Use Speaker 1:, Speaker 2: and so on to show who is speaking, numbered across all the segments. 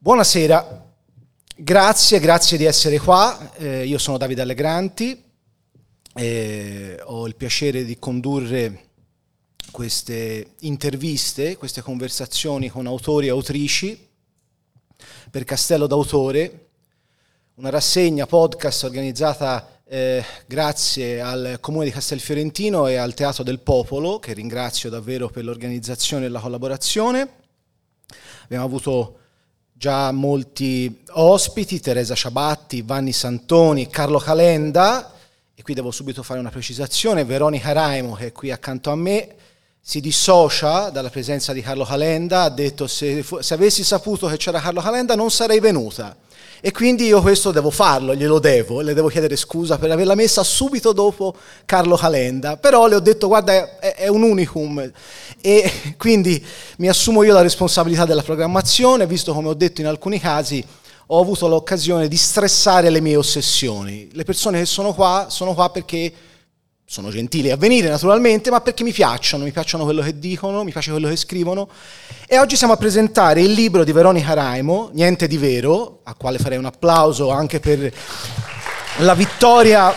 Speaker 1: Buonasera, grazie di essere qua. Io sono Davide Allegranti e ho il piacere di condurre queste interviste, queste conversazioni con autori e autrici per Castello d'Autore, una rassegna podcast organizzata grazie al Comune di Castelfiorentino e al Teatro del Popolo, che ringrazio davvero per l'organizzazione e la collaborazione. Abbiamo avuto già molti ospiti, Teresa Ciabatti, Vanni Santoni, Carlo Calenda, e qui devo subito fare una precisazione: Veronica Raimo, che è qui accanto a me, si dissocia dalla presenza di Carlo Calenda, ha detto se avessi saputo che c'era Carlo Calenda non sarei venuta. E quindi io questo devo farlo, le devo chiedere scusa per averla messa subito dopo Carlo Calenda, però le ho detto guarda è un unicum e quindi mi assumo io la responsabilità della programmazione, visto come ho detto in alcuni casi ho avuto l'occasione di stressare le mie ossessioni. Le persone che sono qua perché sono gentili a venire naturalmente, ma perché mi piacciono quello che dicono, mi piace quello che scrivono. E oggi siamo a presentare il libro di Veronica Raimo, Niente di vero, a quale farei un applauso anche per la vittoria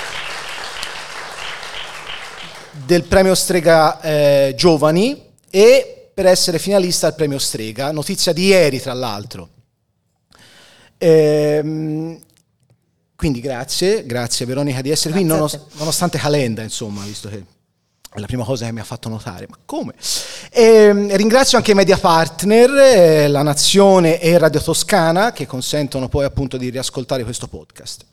Speaker 1: del premio Strega Giovani e per essere finalista al premio Strega, notizia di ieri tra l'altro. Quindi grazie Veronica di essere qui, nonostante Calenda, insomma, visto che è la prima cosa che mi ha fatto notare. Ma come? Ringrazio anche i media partner, La Nazione e Radio Toscana, che consentono poi appunto di riascoltare questo podcast.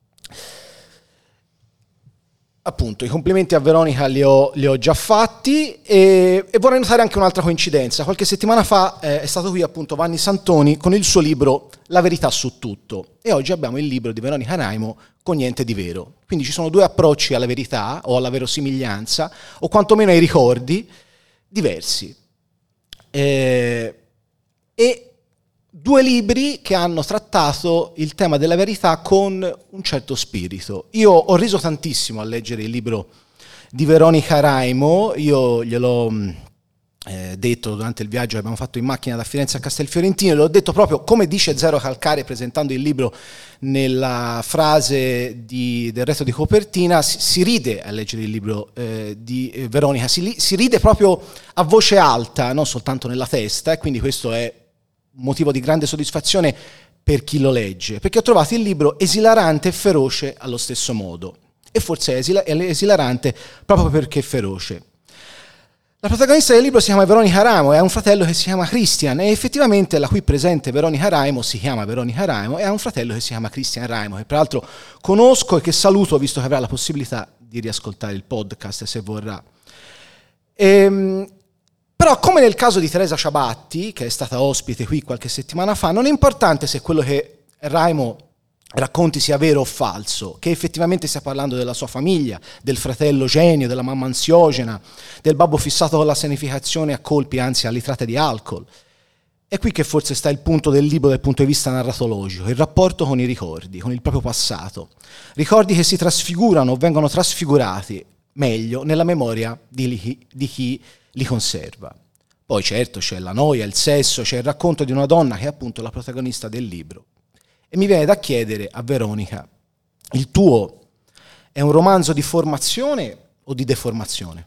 Speaker 1: Appunto, i complimenti a Veronica li ho già fatti e vorrei notare anche un'altra coincidenza. Qualche settimana fa è stato qui appunto Vanni Santoni con il suo libro La verità su tutto e oggi abbiamo il libro di Veronica Raimo con Niente di vero. Quindi ci sono due approcci alla verità o alla verosimiglianza o quantomeno ai ricordi diversi. E due libri che hanno trattato il tema della verità con un certo spirito. Io ho riso tantissimo a leggere il libro di Veronica Raimo, io gliel'ho detto durante il viaggio che abbiamo fatto in macchina da Firenze a Castelfiorentino, e l'ho detto proprio come dice Zero Calcare presentando il libro nella frase del retro di copertina. Si ride a leggere il libro di Veronica, si ride proprio a voce alta, non soltanto nella testa, e quindi questo è motivo di grande soddisfazione per chi lo legge, perché ho trovato il libro esilarante e feroce allo stesso modo, e forse è esilarante proprio perché è feroce. La protagonista del libro si chiama Veronica Raimo e ha un fratello che si chiama Christian, e effettivamente la qui presente Veronica Raimo si chiama Veronica Raimo e ha un fratello che si chiama Christian Raimo, che peraltro conosco e che saluto, visto che avrà la possibilità di riascoltare il podcast se vorrà. Però, come nel caso di Teresa Ciabatti, che è stata ospite qui qualche settimana fa, non è importante se quello che Raimo racconti sia vero o falso, che effettivamente stia parlando della sua famiglia, del fratello genio, della mamma ansiogena, del babbo fissato con la sanificazione a colpi, anzi a litrate di alcol. È qui che forse sta il punto del libro dal punto di vista narratologico, il rapporto con i ricordi, con il proprio passato. Ricordi che si trasfigurano o vengono trasfigurati, meglio, nella memoria di chi li conserva. Poi certo c'è la noia, il sesso, c'è il racconto di una donna che è appunto la protagonista del libro. E mi viene da chiedere a Veronica, il tuo è un romanzo di formazione o di deformazione?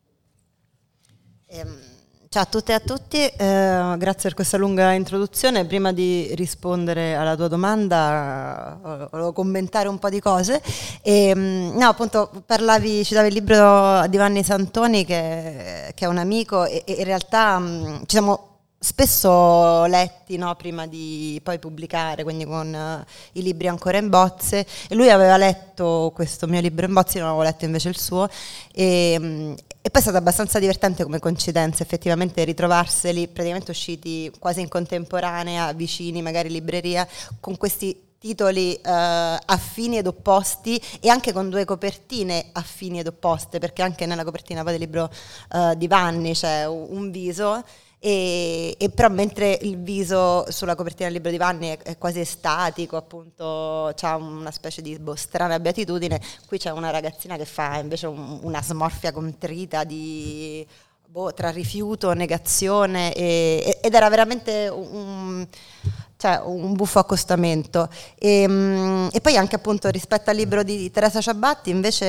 Speaker 2: Ciao a tutte e a tutti, grazie per questa lunga introduzione. Prima di rispondere alla tua domanda volevo commentare un po' di cose. No, appunto citavi il libro di Vanni Santoni che è un amico e in realtà ci siamo spesso letti, no, prima di poi pubblicare, quindi con i libri ancora in bozze, e lui aveva letto questo mio libro in bozze, io non avevo letto invece il suo, e poi è stata abbastanza divertente come coincidenza effettivamente ritrovarseli praticamente usciti quasi in contemporanea, vicini magari in libreria, con questi titoli affini ed opposti e anche con due copertine affini ed opposte, perché anche nella copertina poi del libro di Vanni c'è un viso e però mentre il viso sulla copertina del libro di Vanni è quasi estatico, appunto c'ha una specie di strana beatitudine, qui c'è una ragazzina che fa invece una smorfia contrita di tra rifiuto, negazione ed era veramente cioè un buffo accostamento. E poi anche appunto rispetto al libro di Teresa Ciabatti invece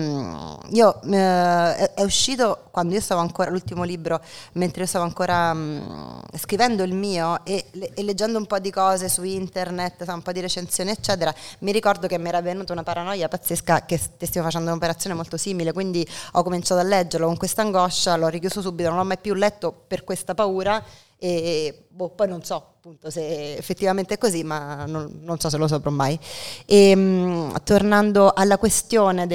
Speaker 2: è uscito quando io stavo ancora, l'ultimo libro, mentre io stavo ancora scrivendo il mio e leggendo un po' di cose su internet, un po' di recensioni eccetera, mi ricordo che mi era venuta una paranoia pazzesca che stessimo facendo un'operazione molto simile, quindi ho cominciato a leggerlo con questa angoscia, l'ho richiuso subito, non l'ho mai più letto per questa paura. E poi non so appunto se effettivamente è così, ma non so se lo saprò mai. Tornando alla questione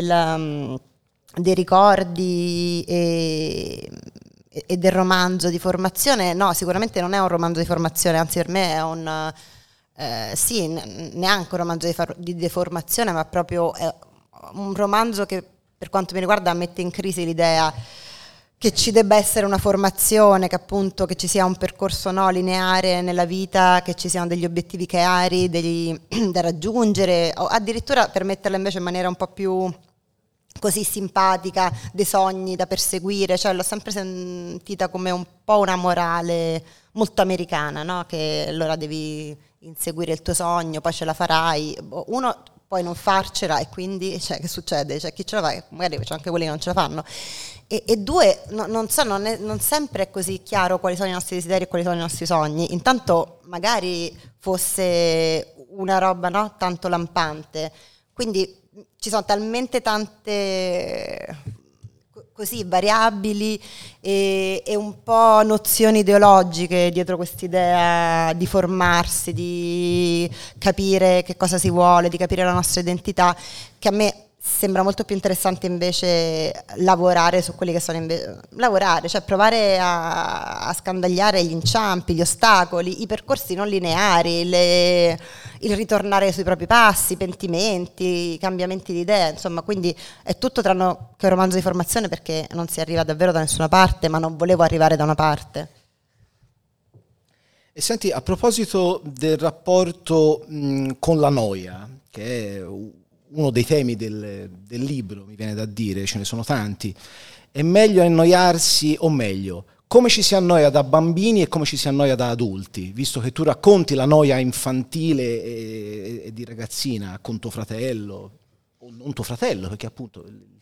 Speaker 2: dei ricordi e del romanzo di formazione, no, sicuramente non è un romanzo di formazione, anzi per me è un sì, neanche un romanzo di deformazione, ma proprio un romanzo che per quanto mi riguarda mette in crisi l'idea che ci debba essere una formazione, che appunto che ci sia un percorso lineare nella vita, che ci siano degli obiettivi chiari da raggiungere, o addirittura per metterla invece in maniera un po' più così simpatica, dei sogni da perseguire, cioè l'ho sempre sentita come un po' una morale molto americana, no? Che allora devi inseguire il tuo sogno, poi ce la farai, uno poi non farcela e quindi cioè, che succede? Cioè, chi ce la fa? Magari c'è anche quelli che non ce la fanno. E due, non sempre è così chiaro quali sono i nostri desideri e quali sono i nostri sogni. Intanto magari fosse una roba tanto lampante, quindi ci sono talmente tante così variabili e un po' nozioni ideologiche dietro quest'idea di formarsi, di capire che cosa si vuole, di capire la nostra identità, che a me sembra molto più interessante invece lavorare su quelli che sono cioè provare a scandagliare gli inciampi, gli ostacoli, i percorsi non lineari, il ritornare sui propri passi, i pentimenti, i cambiamenti di idea, insomma, quindi è tutto tranne che un romanzo di formazione, perché non si arriva davvero da nessuna parte, ma non volevo arrivare da una parte.
Speaker 1: E senti, a proposito del rapporto con la noia, che è uno dei temi del libro, mi viene da dire, ce ne sono tanti, è meglio annoiarsi, o meglio, come ci si annoia da bambini e come ci si annoia da adulti, visto che tu racconti la noia infantile e di ragazzina con tuo fratello, o non tuo fratello, perché appunto...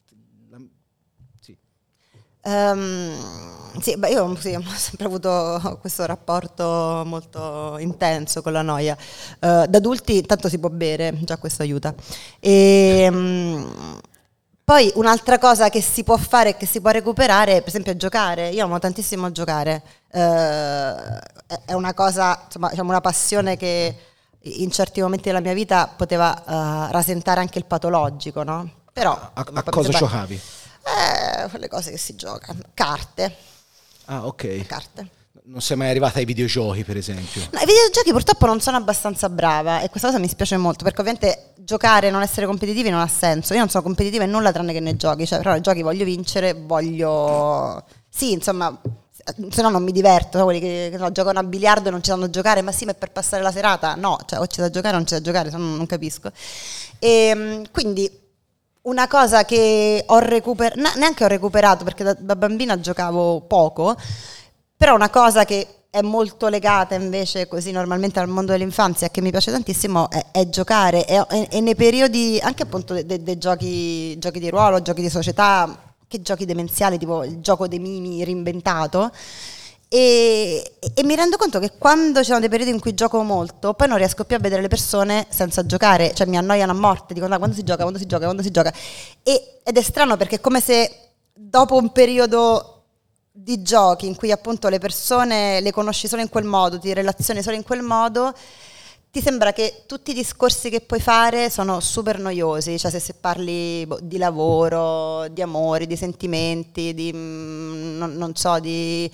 Speaker 2: Sì, io ho sempre avuto questo rapporto molto intenso con la noia. Da adulti tanto si può bere, già questo aiuta. Poi un'altra cosa che si può fare e che si può recuperare, per esempio, è giocare. Io amo tantissimo giocare. È una cosa, insomma, diciamo una passione che in certi momenti della mia vita poteva rasentare anche il patologico, no? Però
Speaker 1: a cosa giocavi?
Speaker 2: Le cose che si giocano, carte.
Speaker 1: Ah, ok.
Speaker 2: Carte.
Speaker 1: Non sei mai arrivata ai videogiochi, per esempio?
Speaker 2: No, i videogiochi purtroppo non sono abbastanza brava e questa cosa mi spiace molto, perché ovviamente giocare e non essere competitivi non ha senso. Io non sono competitiva in nulla tranne che nei giochi, cioè però nei giochi voglio vincere, sì, insomma, se no non mi diverto, quelli che giocano a biliardo e non ci sanno giocare, ma sì, ma è per passare la serata? No, cioè o c'è da giocare o non c'è da giocare, se no non capisco. E quindi una cosa che ho recuperato, neanche ho recuperato perché da bambina giocavo poco, però una cosa che è molto legata invece così normalmente al mondo dell'infanzia e che mi piace tantissimo è giocare e nei periodi anche appunto dei giochi di ruolo, giochi di società, che giochi demenziali tipo il gioco dei mimi reinventato. E mi rendo conto che quando ci sono dei periodi in cui gioco molto poi non riesco più a vedere le persone senza giocare, cioè mi annoiano a morte, dico no, quando si gioca ed è strano perché è come se dopo un periodo di giochi in cui appunto le persone le conosci solo in quel modo, ti relazioni solo in quel modo, ti sembra che tutti i discorsi che puoi fare sono super noiosi, cioè se parli di lavoro, di amori, di sentimenti, di non so, di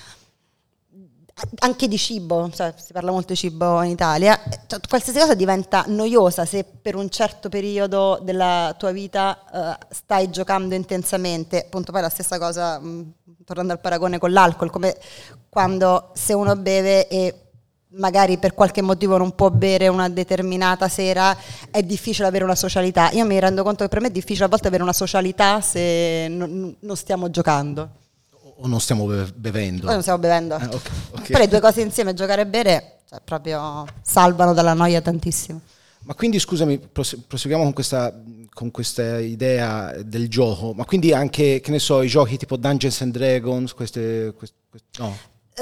Speaker 2: anche di cibo, cioè, si parla molto di cibo in Italia, cioè, qualsiasi cosa diventa noiosa se per un certo periodo della tua vita stai giocando intensamente. Appunto poi la stessa cosa, tornando al paragone con l'alcol, come quando se uno beve e magari per qualche motivo non può bere una determinata sera, è difficile avere una socialità. Io mi rendo conto che per me è difficile a volte avere una socialità se non stiamo giocando.
Speaker 1: O non stiamo bevendo?
Speaker 2: O non stiamo bevendo.
Speaker 1: Okay.
Speaker 2: Però le due cose insieme, giocare e bere, cioè proprio salvano dalla noia tantissimo.
Speaker 1: Ma quindi scusami, proseguiamo con questa idea del gioco, ma quindi anche, che ne so, i giochi tipo Dungeons and Dragons, no?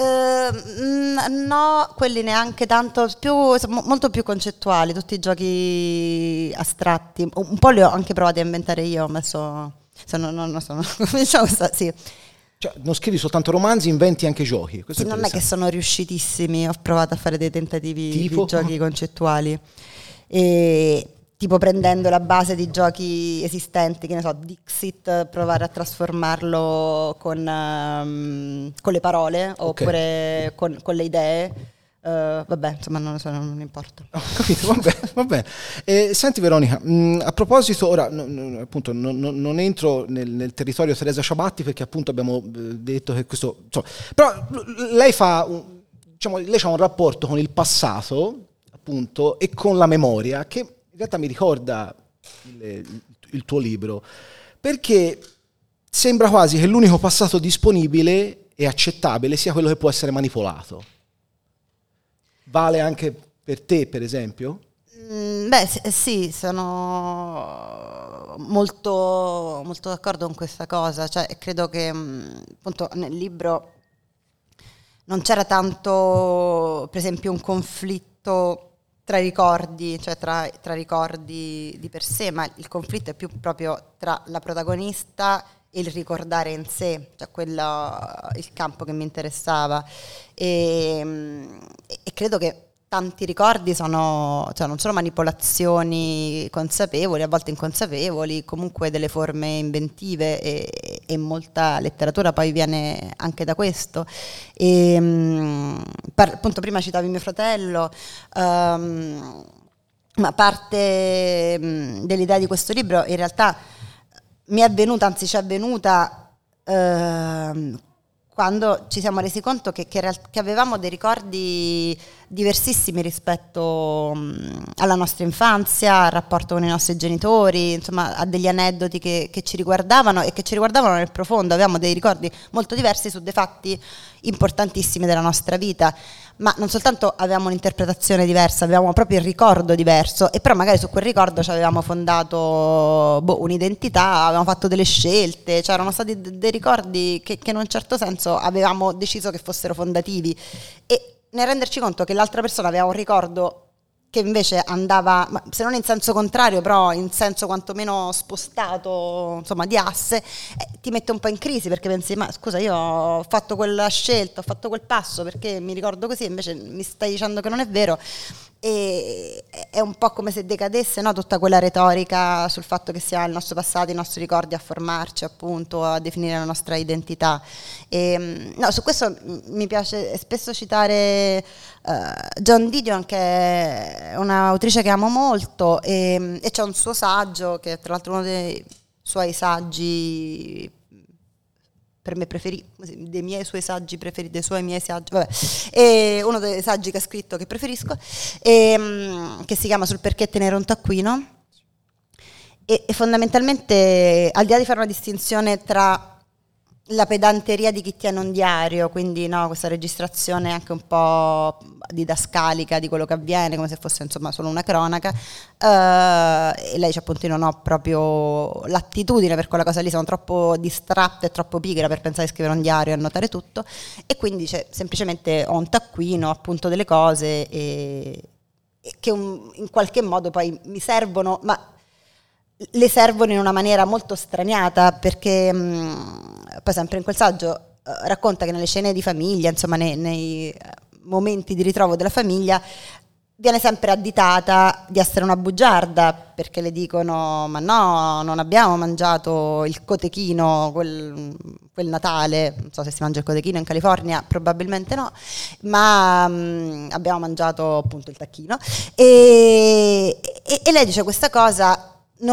Speaker 2: No, quelli neanche tanto, molto più concettuali, tutti i giochi astratti, un po' li ho anche provati a inventare io, ho messo, diciamo sì.
Speaker 1: Cioè, non scrivi soltanto romanzi, inventi anche giochi.
Speaker 2: Sì, non è che sono riuscitissimi, ho provato a fare dei tentativi di giochi concettuali, e tipo prendendo la base di giochi esistenti, che ne so, Dixit, provare a trasformarlo con le parole, oppure con le idee. Vabbè, insomma, non importa.
Speaker 1: Ho capito, va bene. Senti Veronica, a proposito, ora appunto non entro nel territorio Teresa Ciabatti, perché appunto abbiamo detto che questo... Insomma, però lei lei ha un rapporto con il passato, appunto, e con la memoria, che in realtà mi ricorda il tuo libro, perché sembra quasi che l'unico passato disponibile e accettabile sia quello che può essere manipolato. Vale anche per te, per esempio?
Speaker 2: Sì, sono molto, molto d'accordo con questa cosa. Cioè, credo che appunto nel libro non c'era tanto, per esempio, un conflitto tra ricordi, cioè tra ricordi di per sé, ma il conflitto è più proprio tra la protagonista e il ricordare in sé, cioè il campo che mi interessava, e credo che tanti ricordi cioè non sono manipolazioni consapevoli, a volte inconsapevoli, comunque delle forme inventive, e molta letteratura poi viene anche da questo. Appunto prima citavi mio fratello, ma parte dell'idea di questo libro in realtà mi è avvenuta, anzi ci è avvenuta quando ci siamo resi conto che avevamo dei ricordi diversissimi rispetto alla nostra infanzia, al rapporto con i nostri genitori, insomma a degli aneddoti che ci riguardavano e che ci riguardavano nel profondo. Avevamo dei ricordi molto diversi su dei fatti importantissimi della nostra vita, ma non soltanto avevamo un'interpretazione diversa, avevamo proprio il ricordo diverso, e però magari su quel ricordo ci avevamo fondato un'identità, avevamo fatto delle scelte, cioè erano stati dei ricordi che in un certo senso avevamo deciso che fossero fondativi, e nel renderci conto che l'altra persona aveva un ricordo che invece andava, se non in senso contrario, però in senso quantomeno spostato, insomma, di asse, ti mette un po' in crisi, perché pensi, ma scusa, io ho fatto quella scelta, ho fatto quel passo perché mi ricordo così, invece mi stai dicendo che non è vero. E è un po' come se decadesse, no? Tutta quella retorica sul fatto che sia il nostro passato, i nostri ricordi a formarci, appunto, a definire la nostra identità. No, su questo mi piace spesso citare Joan Didion, che è un'autrice che amo molto, e c'è un suo saggio, che è tra l'altro uno dei suoi saggi per me preferiti, dei miei suoi saggi preferiti, dei suoi miei saggi, vabbè, è uno dei saggi che ha scritto che preferisco, che si chiama Sul perché tenere un taccuino, e fondamentalmente, al di là di fare una distinzione tra la pedanteria di chi tiene un diario, quindi no, questa registrazione anche un po' didascalica di quello che avviene, come se fosse insomma solo una cronaca, e lei ci appunto non ho proprio l'attitudine per quella cosa lì, sono troppo distratta e troppo pigra per pensare di scrivere un diario e annotare tutto, e quindi semplicemente ho un taccuino, appunto delle cose e che in qualche modo poi mi servono, ma le servono in una maniera molto straniata, perché poi sempre in quel saggio racconta che nelle scene di famiglia, insomma nei momenti di ritrovo della famiglia, viene sempre additata di essere una bugiarda, perché le dicono, ma no, non abbiamo mangiato il cotechino quel Natale, non so se si mangia il cotechino in California, probabilmente no, ma abbiamo mangiato appunto il tacchino, e lei dice questa cosa.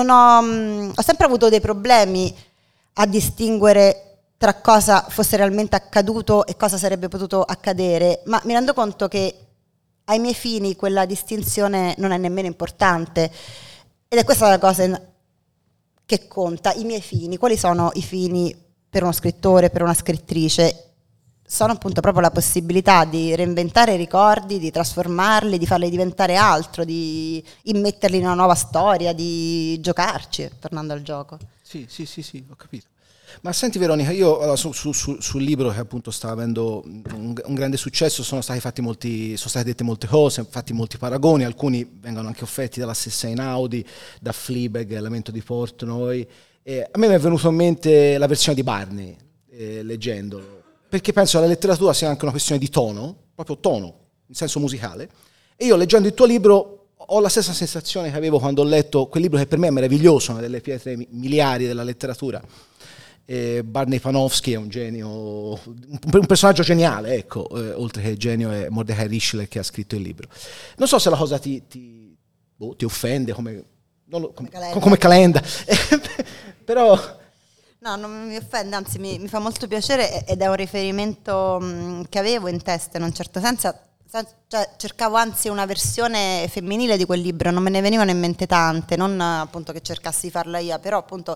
Speaker 2: Ho sempre avuto dei problemi a distinguere tra cosa fosse realmente accaduto e cosa sarebbe potuto accadere, ma mi rendo conto che ai miei fini quella distinzione non è nemmeno importante, ed è questa la cosa che conta, i miei fini. Quali sono i fini per uno scrittore, per una scrittrice? sono appunto proprio la possibilità di reinventare i ricordi, di trasformarli, di farli diventare altro, di immetterli in una nuova storia, di giocarci, tornando al gioco.
Speaker 1: Sì, ho capito. Ma senti Veronica, io sul libro che appunto sta avendo un grande successo sono state dette molte cose, fatti molti paragoni, alcuni vengono anche offerti dalla stessa Einaudi, da Fleabag, Lamento di Portnoy. A me mi è venuto in mente la versione di Barney, leggendolo, perché penso che la letteratura sia anche una questione di tono, proprio tono, in senso musicale, e io leggendo il tuo libro ho la stessa sensazione che avevo quando ho letto quel libro che per me è meraviglioso, una delle pietre miliari della letteratura. Barney Panofsky è un genio, un personaggio geniale, ecco, oltre che genio è Mordecai Richler che ha scritto il libro. Non so se la cosa ti offende come Calenda, però...
Speaker 2: No, non mi offende, anzi mi fa molto piacere ed è un riferimento che avevo in testa in un certo senso, cioè, cercavo anzi una versione femminile di quel libro, non me ne venivano in mente tante, non appunto che cercassi di farla io, però appunto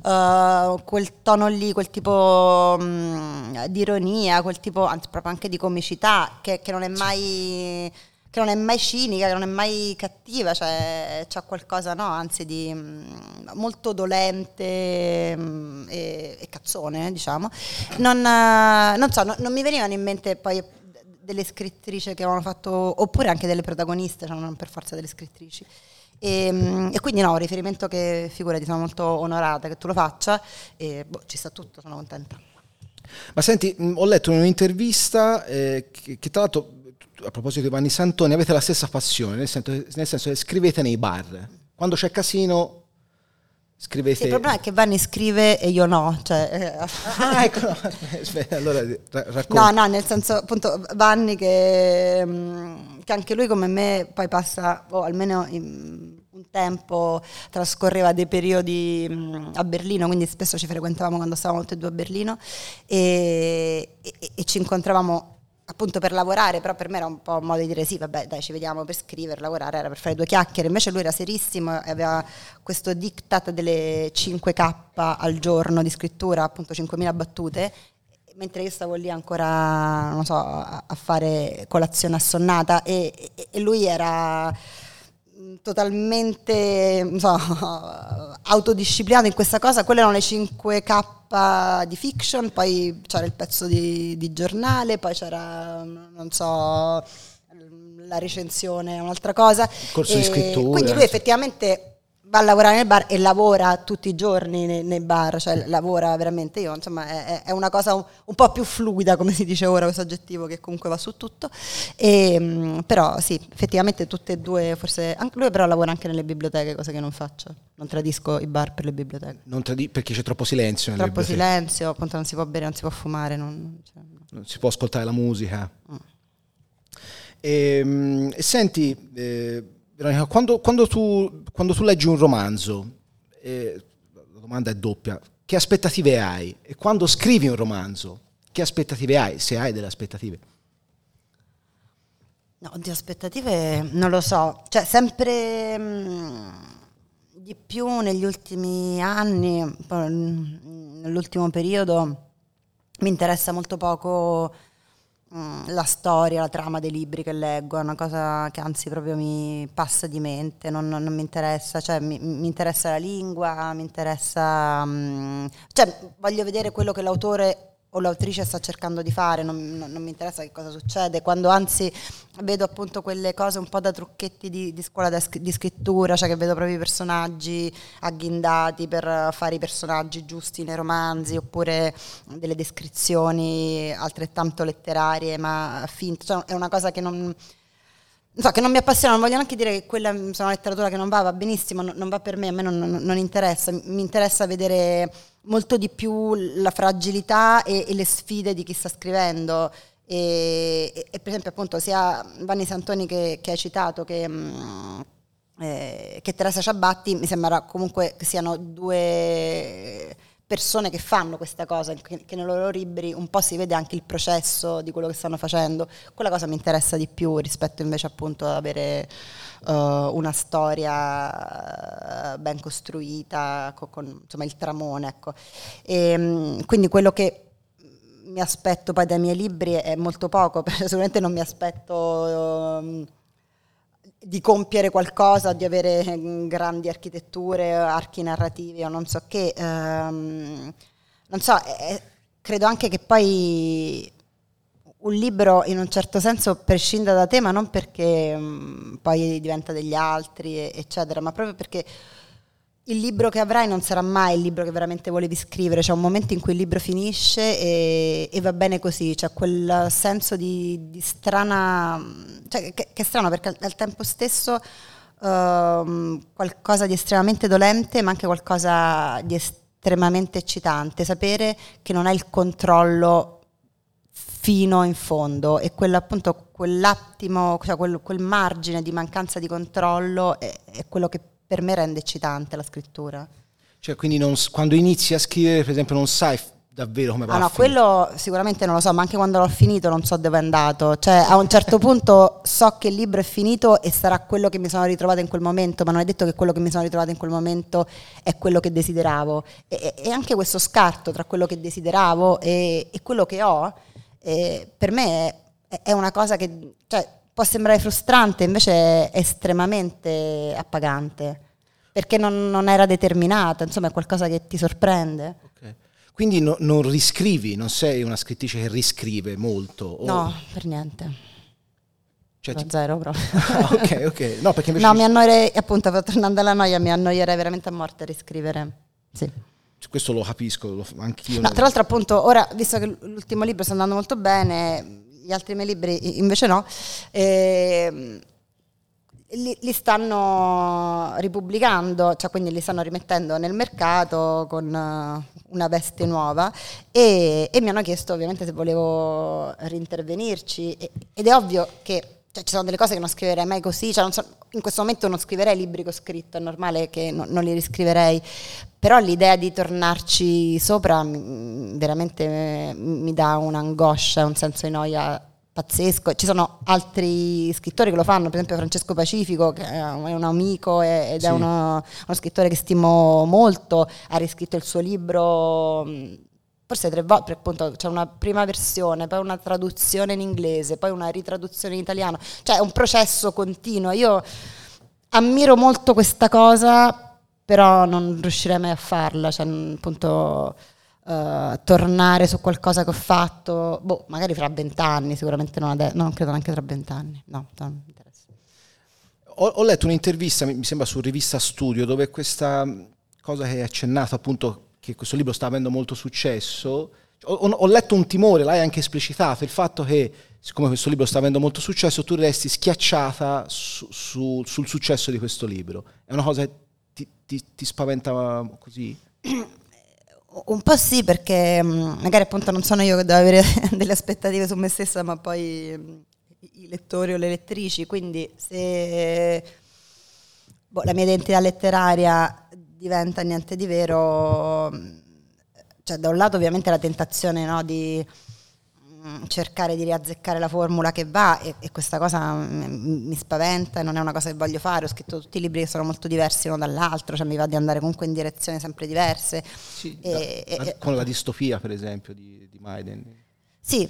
Speaker 2: quel tono lì, quel tipo di ironia, quel tipo anzi proprio anche di comicità che non è mai... che non è mai cinica, che non è mai cattiva, cioè c'ha qualcosa, no, anzi di molto dolente e cazzone, diciamo. Non so, non mi venivano in mente poi delle scrittrici che avevano fatto, oppure anche delle protagoniste, cioè non per forza delle scrittrici. E quindi no, un riferimento che figurati, sono molto onorata che tu lo faccia e ci sta tutto, sono contenta.
Speaker 1: Ma senti, ho letto in un'intervista che tra l'altro, a proposito di Vanni Santoni, avete la stessa passione, nel senso che scrivete nei bar. Quando c'è casino, scrivete...
Speaker 2: Sì, il problema è che Vanni scrive e io no. Cioè,
Speaker 1: ecco, no. Aspetta, allora racconta.
Speaker 2: No, nel senso, appunto, Vanni che anche lui come me poi passa, o almeno un tempo trascorreva dei periodi a Berlino, quindi spesso ci frequentavamo quando stavamo tutti e due a Berlino e ci incontravamo appunto per lavorare, però per me era un po' un modo di dire sì, vabbè dai ci vediamo per scrivere, lavorare, era per fare due chiacchiere, invece lui era serissimo e aveva questo diktat delle 5K al giorno di scrittura, appunto 5.000 battute, mentre io stavo lì ancora, non so, a fare colazione assonnata e lui era totalmente, non so, autodisciplinato in questa cosa. Quelle erano le 5K di fiction, poi c'era il pezzo di giornale, poi c'era, non so, la recensione, un'altra cosa.
Speaker 1: Il corso di scrittura.
Speaker 2: Quindi lui effettivamente va a lavorare nel bar e lavora tutti i giorni nei bar, cioè lavora veramente, io insomma è una cosa un po' più fluida, come si dice ora, questo aggettivo che comunque va su tutto, però sì, effettivamente tutte e due, forse anche lui però lavora anche nelle biblioteche, cosa che non faccio, non tradisco i bar per le biblioteche.
Speaker 1: Perché c'è troppo silenzio nelle
Speaker 2: troppo
Speaker 1: biblioteche.
Speaker 2: Silenzio, appunto non si può bere, non si può fumare, non
Speaker 1: si può ascoltare la musica. E senti... Veronica, quando tu leggi un romanzo, la domanda è doppia, che aspettative hai? E quando scrivi un romanzo, che aspettative hai, se hai delle aspettative?
Speaker 2: No, di aspettative non lo so, cioè sempre di più negli ultimi anni, nell'ultimo periodo, mi interessa molto poco la storia, la trama dei libri che leggo, è una cosa che anzi proprio mi passa di mente, non mi interessa, cioè mi interessa la lingua, mi interessa, cioè voglio vedere quello che l'autore o l'autrice sta cercando di fare, non mi interessa che cosa succede, quando anzi vedo appunto quelle cose un po' da trucchetti di scuola di scrittura, cioè che vedo proprio i personaggi agghindati per fare i personaggi giusti nei romanzi, oppure delle descrizioni altrettanto letterarie ma finte, cioè è una cosa che non mi appassiona, non voglio neanche dire che quella è una letteratura che non va benissimo, non va per me, a me non interessa, mi interessa vedere molto di più la fragilità e le sfide di chi sta scrivendo e per esempio appunto sia Vanni Santoni che hai citato che Teresa Ciabatti mi sembra comunque che siano due persone che fanno questa cosa, che nei loro libri un po' si vede anche il processo di quello che stanno facendo. Quella cosa mi interessa di più rispetto invece appunto ad avere una storia ben costruita con insomma il tramone, ecco. Quindi quello che mi aspetto poi dai miei libri è molto poco, perché sicuramente non mi aspetto di compiere qualcosa, di avere grandi architetture, archi narrativi o non so che. Non so, credo anche che poi un libro in un certo senso prescinda da te, ma non perché poi diventa degli altri, eccetera, ma proprio perché il libro che avrai non sarà mai il libro che veramente volevi scrivere. C'è un momento in cui il libro finisce e va bene così, c'è quel senso di strana, cioè che è strano perché al tempo stesso qualcosa di estremamente dolente, ma anche qualcosa di estremamente eccitante, sapere che non hai il controllo fino in fondo, e appunto quell'attimo, cioè quel margine di mancanza di controllo è quello che per me rende eccitante la scrittura.
Speaker 1: Cioè, quindi quando inizi a scrivere, per esempio, non sai davvero come va a finire.
Speaker 2: Quello sicuramente non lo so, ma anche quando l'ho finito non so dove è andato. Cioè, a un certo punto so che il libro è finito e sarà quello che mi sono ritrovata in quel momento, ma non è detto che quello che mi sono ritrovata in quel momento è quello che desideravo. E anche questo scarto tra quello che desideravo e quello che ho, per me è una cosa che, cioè, può sembrare frustrante, invece è estremamente appagante, perché non era determinata, insomma è qualcosa che ti sorprende.
Speaker 1: Okay. Quindi non riscrivi, non sei una scrittrice che riscrive molto?
Speaker 2: No, per niente.
Speaker 1: Cioè,
Speaker 2: Zero proprio.
Speaker 1: ok. No, perché invece...
Speaker 2: No, mi annoierei, appunto, tornando alla noia, mi annoierei veramente a morte a riscrivere, sì.
Speaker 1: Questo lo capisco, anch'io.
Speaker 2: No, tra l'altro appunto, ora, visto che l'ultimo libro sta andando molto bene, gli altri miei libri invece no, li stanno ripubblicando, cioè quindi li stanno rimettendo nel mercato con una veste nuova e mi hanno chiesto ovviamente se volevo rintervenirci ed è ovvio che cioè, ci sono delle cose che non scriverei mai così, cioè, in questo momento non scriverei libri che ho scritto, è normale che non li riscriverei, però l'idea di tornarci sopra veramente mi dà un'angoscia, un senso di noia pazzesco. Ci sono altri scrittori che lo fanno, per esempio Francesco Pacifico, che è un amico ed
Speaker 1: sì.
Speaker 2: è uno scrittore che stimo molto, ha riscritto il suo libro forse 3 volte, appunto c'è una prima versione, poi una traduzione in inglese, poi una ritraduzione in italiano, cioè è un processo continuo. Io ammiro molto questa cosa, però non riuscirei mai a farla, cioè appunto tornare su qualcosa che ho fatto, magari fra 20 anni, sicuramente non credo neanche tra 20 anni, no, non mi interessa.
Speaker 1: Ho letto un'intervista, mi sembra su Rivista Studio, dove questa cosa che hai accennato, appunto, che questo libro sta avendo molto successo, ho letto un timore, l'hai anche esplicitato, il fatto che siccome questo libro sta avendo molto successo tu resti schiacciata sul successo di questo libro. È una cosa che ti spaventa così?
Speaker 2: Un po' sì, perché magari appunto non sono io che devo avere delle aspettative su me stessa, ma poi i lettori o le lettrici, quindi se la mia identità letteraria diventa niente di vero, cioè da un lato ovviamente la tentazione, no, di cercare di riazzeccare la formula che va e questa cosa mi spaventa e non è una cosa che voglio fare. Ho scritto tutti i libri che sono molto diversi uno dall'altro, cioè mi va di andare comunque in direzioni sempre diverse.
Speaker 1: Sì, con la distopia per esempio di Maiden.
Speaker 2: Sì,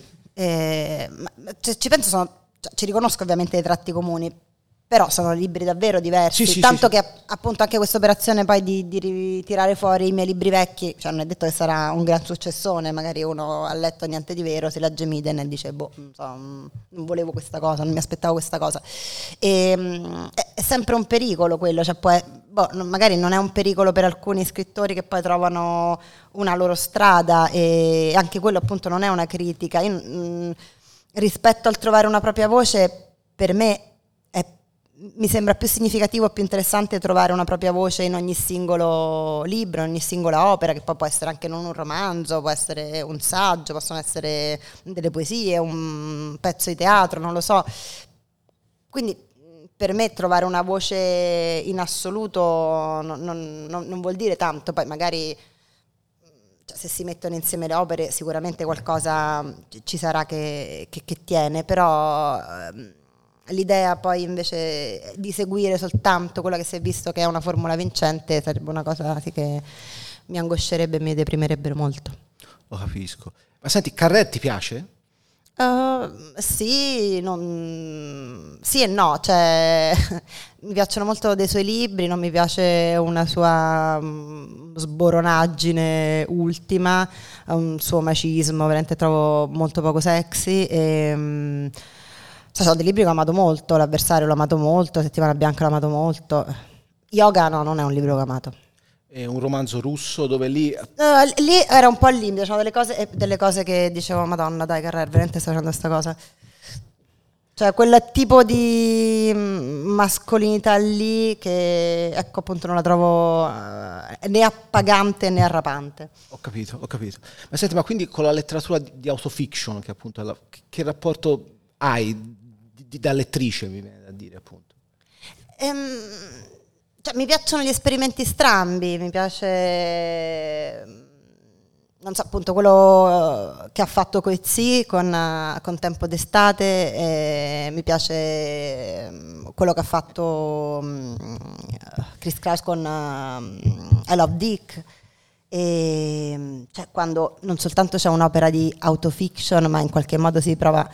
Speaker 2: ci penso, ci riconosco ovviamente dei tratti comuni, però sono libri davvero diversi, tanto che appunto anche questa operazione poi di ritirare fuori i miei libri vecchi, cioè non è detto che sarà un gran successone, magari uno ha letto Niente di vero, si legge Miden e dice non volevo questa cosa, non mi aspettavo questa cosa, è sempre un pericolo quello, cioè magari non è un pericolo per alcuni scrittori che poi trovano una loro strada e anche quello appunto non è una critica. Rispetto al trovare una propria voce, per me mi sembra più significativo, più interessante trovare una propria voce in ogni singolo libro, in ogni singola opera, che poi può essere anche non un romanzo, può essere un saggio, possono essere delle poesie, un pezzo di teatro, non lo so. Quindi per me trovare una voce in assoluto non vuol dire tanto, poi magari se si mettono insieme le opere sicuramente qualcosa ci sarà che tiene, però l'idea poi invece di seguire soltanto quello che si è visto che è una formula vincente sarebbe una cosa che mi angoscerebbe e mi deprimerebbe molto.
Speaker 1: Lo capisco. Ma senti, Carrère ti piace?
Speaker 2: Sì, sì e no, cioè mi piacciono molto dei suoi libri, non mi piace una sua sboronaggine ultima, un suo macismo, veramente trovo molto poco sexy. Sono dei libri che ho amato molto, L'avversario l'ho amato molto, Settimana Bianca l'ho amato molto. Yoga no, non è un libro che ho amato.
Speaker 1: È un romanzo russo dove lì...
Speaker 2: Lì era un po' al limite, c'erano delle cose che dicevo, Madonna, dai, Carrère, veramente sta facendo questa cosa. Cioè, quel tipo di mascolinità lì che, ecco, appunto, non la trovo né appagante né arrapante.
Speaker 1: Ho capito. Ma senti, ma quindi con la letteratura di autofiction, che appunto è che rapporto hai da lettrice, mi viene da dire, appunto?
Speaker 2: Cioè, mi piacciono gli esperimenti strambi, mi piace, non so, appunto quello che ha fatto Coetzee con Tempo d'estate, mi piace quello che ha fatto Chris Kraus con I Love Dick, e cioè, quando non soltanto c'è un'opera di autofiction, ma in qualche modo si prova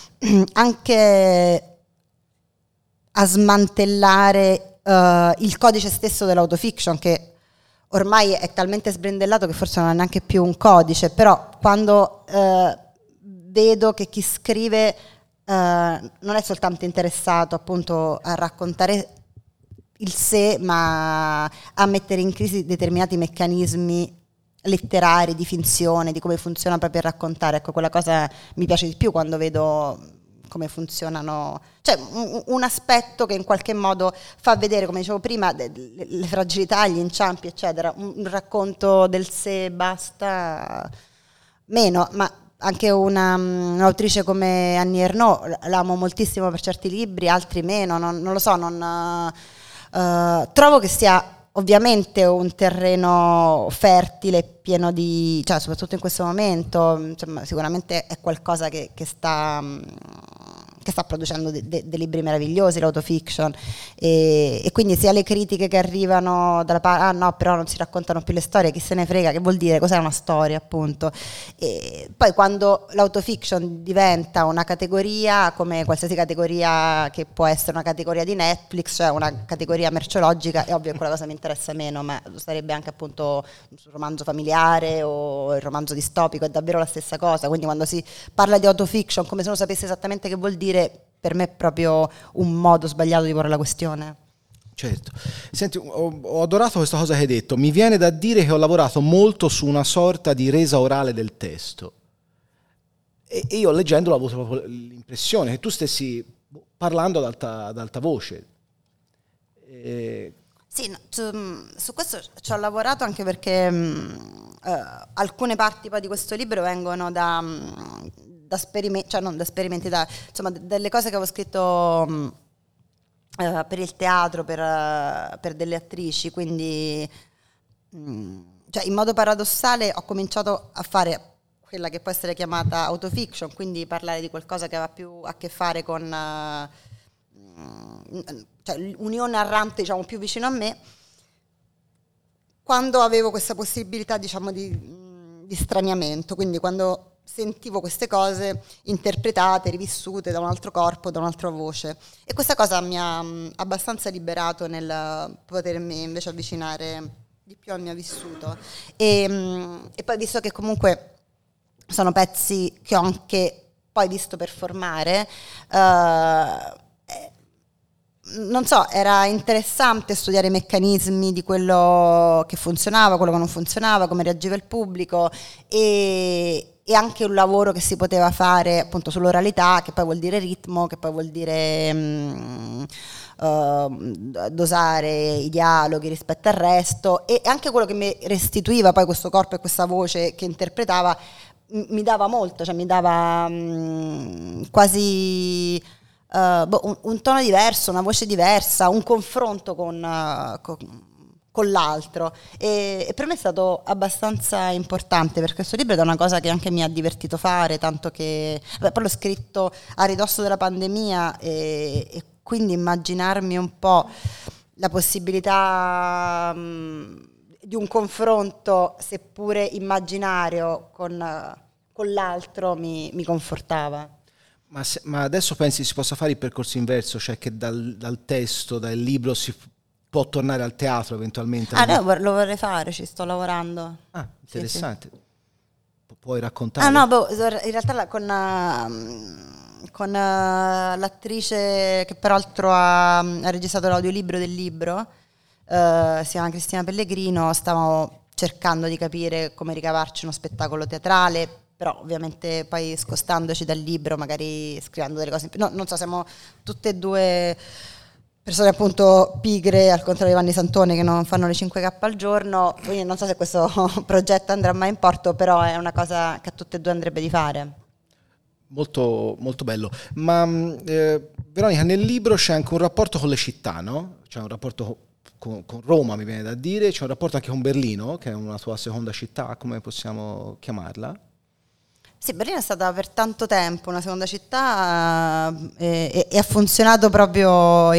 Speaker 2: anche a smantellare il codice stesso dell'autofiction, che ormai è talmente sbrendellato che forse non è neanche più un codice, però quando vedo che chi scrive non è soltanto interessato appunto a raccontare il sé, ma a mettere in crisi determinati meccanismi letterari, di finzione, di come funziona proprio il raccontare, ecco, quella cosa mi piace di più quando vedo come funzionano, cioè un aspetto che in qualche modo fa vedere, come dicevo prima, le fragilità, gli inciampi, eccetera, un racconto del sé basta meno, ma anche un'autrice come Annie Ernaux l'amo moltissimo per certi libri, altri meno, non lo so, trovo che sia ovviamente un terreno fertile, pieno di, cioè soprattutto in questo momento, insomma, sicuramente è qualcosa che sta producendo dei libri meravigliosi, l'autofiction, e quindi sia le critiche che arrivano dalla parte, no, però non si raccontano più le storie, chi se ne frega, che vuol dire, cos'è una storia, appunto. E poi quando l'autofiction diventa una categoria, come qualsiasi categoria che può essere una categoria di Netflix, cioè una categoria merceologica, è ovvio che quella cosa mi interessa meno, ma sarebbe anche appunto un romanzo familiare o il romanzo distopico, è davvero la stessa cosa. Quindi quando si parla di autofiction come se non sapesse esattamente che vuol dire, per me è proprio un modo sbagliato di porre la questione.
Speaker 1: Certo. Senti, ho adorato questa cosa che hai detto. Mi viene da dire che ho lavorato molto su una sorta di resa orale del testo. E io leggendolo ho avuto proprio l'impressione che tu stessi parlando ad alta voce.
Speaker 2: Sì, su questo ci ho lavorato anche perché alcune parti poi di questo libro vengono da esperimenti, cioè non da esperimenti, insomma delle cose che avevo scritto per il teatro, per delle attrici, quindi cioè in modo paradossale ho cominciato a fare quella che può essere chiamata autofiction, quindi parlare di qualcosa che aveva più a che fare con cioè l'unione narrante, diciamo, più vicino a me, quando avevo questa possibilità, diciamo, di straniamento, quindi quando sentivo queste cose interpretate, rivissute da un altro corpo, da un'altra voce, e questa cosa mi ha abbastanza liberato nel potermi invece avvicinare di più al mio vissuto, e poi visto che comunque sono pezzi che ho anche poi visto performare, non so, era interessante studiare i meccanismi di quello che funzionava, quello che non funzionava, come reagiva il pubblico, e anche un lavoro che si poteva fare appunto sull'oralità, che poi vuol dire ritmo, che poi vuol dire dosare i dialoghi rispetto al resto, e anche quello che mi restituiva poi questo corpo e questa voce che interpretava mi dava molto, cioè mi dava quasi un tono diverso, una voce diversa, un confronto con l'altro, e per me è stato abbastanza importante, perché questo libro è una cosa che anche mi ha divertito fare, tanto che poi l'ho scritto a ridosso della pandemia, e quindi immaginarmi un po' la possibilità di un confronto, seppure immaginario, con con l'altro mi confortava.
Speaker 1: Ma adesso pensi si possa fare il percorso inverso, cioè che dal testo, dal libro si può tornare al teatro eventualmente?
Speaker 2: No, lo vorrei fare, ci sto lavorando.
Speaker 1: Ah, interessante.
Speaker 2: Sì.
Speaker 1: Puoi raccontare?
Speaker 2: Ah no, in realtà con l'attrice che peraltro ha registrato l'audiolibro del libro, si chiama Cristina Pellegrino, stavamo cercando di capire come ricavarci uno spettacolo teatrale, però ovviamente poi scostandoci dal libro, magari scrivendo delle cose in più. No, non so, siamo tutte e due persone appunto pigre, al contrario di Vanni Santone, che non fanno le 5K al giorno, quindi non so se questo progetto andrà mai in porto, però è una cosa che a tutte e due andrebbe di fare.
Speaker 1: Molto, molto bello. Ma Veronica, nel libro c'è anche un rapporto con le città, no? C'è un rapporto con Roma, mi viene da dire, c'è un rapporto anche con Berlino, che è una tua seconda città, come possiamo chiamarla?
Speaker 2: Sì, Berlino è stata per tanto tempo una seconda città e ha funzionato proprio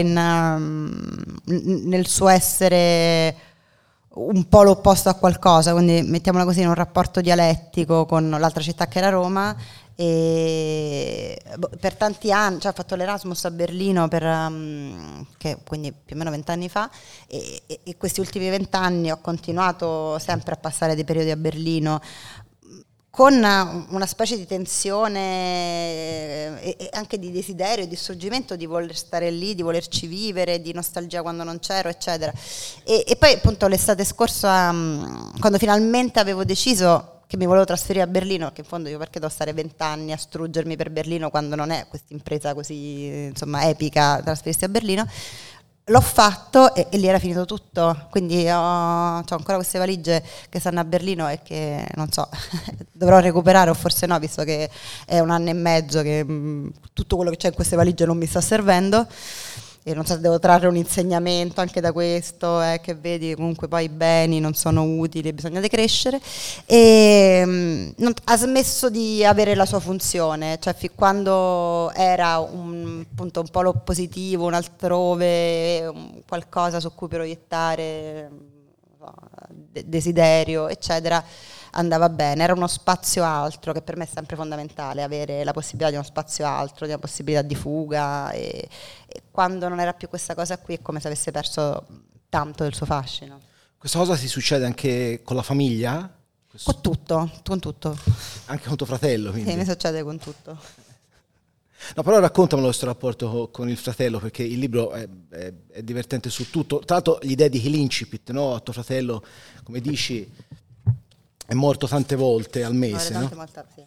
Speaker 2: nel suo essere un po' l'opposto a qualcosa, quindi mettiamola così, in un rapporto dialettico con l'altra città che era Roma. E per tanti anni, cioè ho fatto l'Erasmus a Berlino quindi più o meno 20 anni fa, e questi ultimi 20 anni ho continuato sempre a passare dei periodi a Berlino con una specie di tensione e anche di desiderio, di sorgimento di voler stare lì, di volerci vivere, di nostalgia quando non c'ero, eccetera. E poi appunto l'estate scorsa, quando finalmente avevo deciso che mi volevo trasferire a Berlino, che in fondo io perché devo stare 20 anni a struggermi per Berlino quando non è questa impresa così, insomma, epica, trasferirsi a Berlino, l'ho fatto e lì era finito tutto, quindi ho ancora queste valigie che stanno a Berlino e che non so, dovrò recuperare o forse no, visto che è 1 anno e mezzo che tutto quello che c'è in queste valigie non mi sta servendo. E non so se devo trarre un insegnamento anche da questo, che vedi comunque poi i beni non sono utili, bisogna decrescere, e ha smesso di avere la sua funzione, cioè fin quando era appunto un polo positivo, un altrove, qualcosa su cui proiettare desiderio, eccetera, andava bene, era uno spazio altro, che per me è sempre fondamentale, avere la possibilità di uno spazio altro, di una possibilità di fuga, e quando non era più questa cosa qui è come se avesse perso tanto del suo fascino.
Speaker 1: Questa cosa ti succede anche con la famiglia?
Speaker 2: Con tutto.
Speaker 1: Anche con tuo fratello, quindi?
Speaker 2: Sì, mi succede con tutto.
Speaker 1: No, però raccontamelo questo rapporto con il fratello, perché il libro è divertente su tutto. Tra l'altro gli dedichi l'incipit, no? A tuo fratello, come dici, è morto tante volte al mese, no?
Speaker 2: Sì.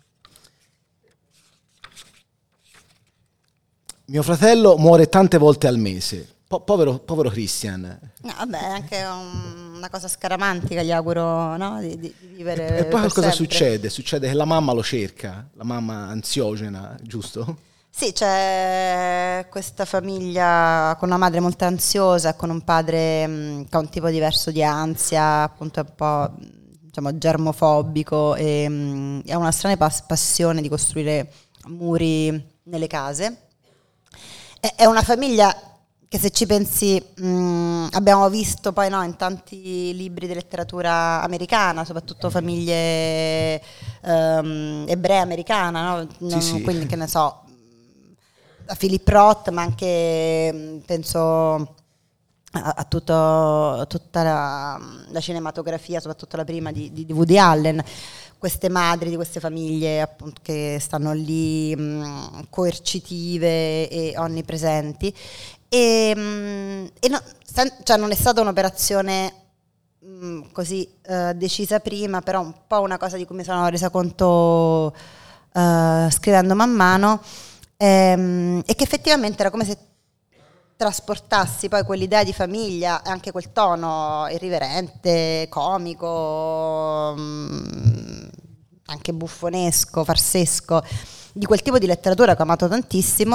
Speaker 1: Mio fratello muore tante volte al mese. Povero Christian.
Speaker 2: No, vabbè, è anche una cosa scaramantica, gli auguro, no? di vivere.
Speaker 1: E poi cosa
Speaker 2: sempre.
Speaker 1: succede? Succede che la mamma lo cerca, la mamma ansiogena, giusto?
Speaker 2: Sì, c'è questa famiglia con una madre molto ansiosa, con un padre che ha un tipo diverso di ansia, appunto un po', diciamo, germofobico, e ha una strana passione di costruire muri nelle case. È una famiglia che, se ci pensi, abbiamo visto poi, no, in tanti libri di letteratura americana, soprattutto famiglie ebree americana, no?
Speaker 1: Sì.
Speaker 2: Quindi, che ne so, a Philip Roth, ma anche penso a tutta la cinematografia, soprattutto la prima di Woody Allen, queste madri di queste famiglie appunto che stanno lì coercitive e onnipresenti, e no, cioè non è stata un'operazione così decisa prima, però un po' una cosa di cui mi sono resa conto scrivendo man mano, e che effettivamente era come se trasportassi poi quell'idea di famiglia e anche quel tono irriverente, comico, anche buffonesco, farsesco, di quel tipo di letteratura che ho amato tantissimo.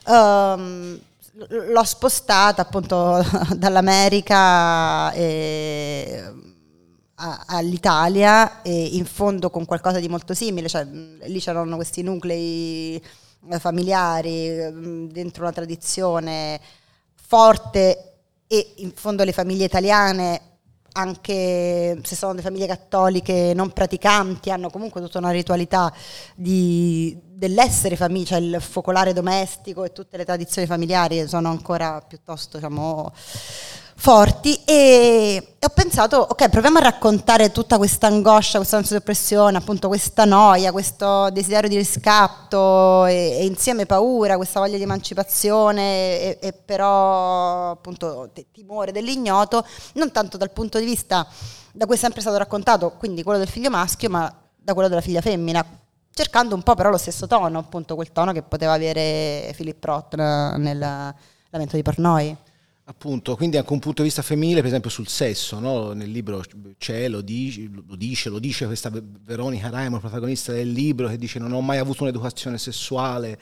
Speaker 2: L'ho spostata appunto dall'America all'Italia, e in fondo con qualcosa di molto simile, cioè lì c'erano questi nuclei familiari dentro una tradizione forte, e in fondo le famiglie italiane anche se sono delle famiglie cattoliche non praticanti, hanno comunque tutta una ritualità dell'essere famiglia, cioè il focolare domestico e tutte le tradizioni familiari sono ancora piuttosto, diciamo, forti, e ho pensato, ok, proviamo a raccontare tutta questa angoscia, questo senso di oppressione, appunto questa noia, questo desiderio di riscatto e insieme paura, questa voglia di emancipazione e però appunto timore dell'ignoto, non tanto dal punto di vista da cui è sempre stato raccontato, quindi quello del figlio maschio, ma da quello della figlia femmina, cercando un po' però lo stesso tono, appunto quel tono che poteva avere Philip Roth nel Lamento di Portnoy.
Speaker 1: Appunto, quindi anche un punto di vista femminile, per esempio sul sesso, no? Nel libro c'è, lo dice questa Veronica Raimo, protagonista del libro, che dice: non ho mai avuto un'educazione sessuale.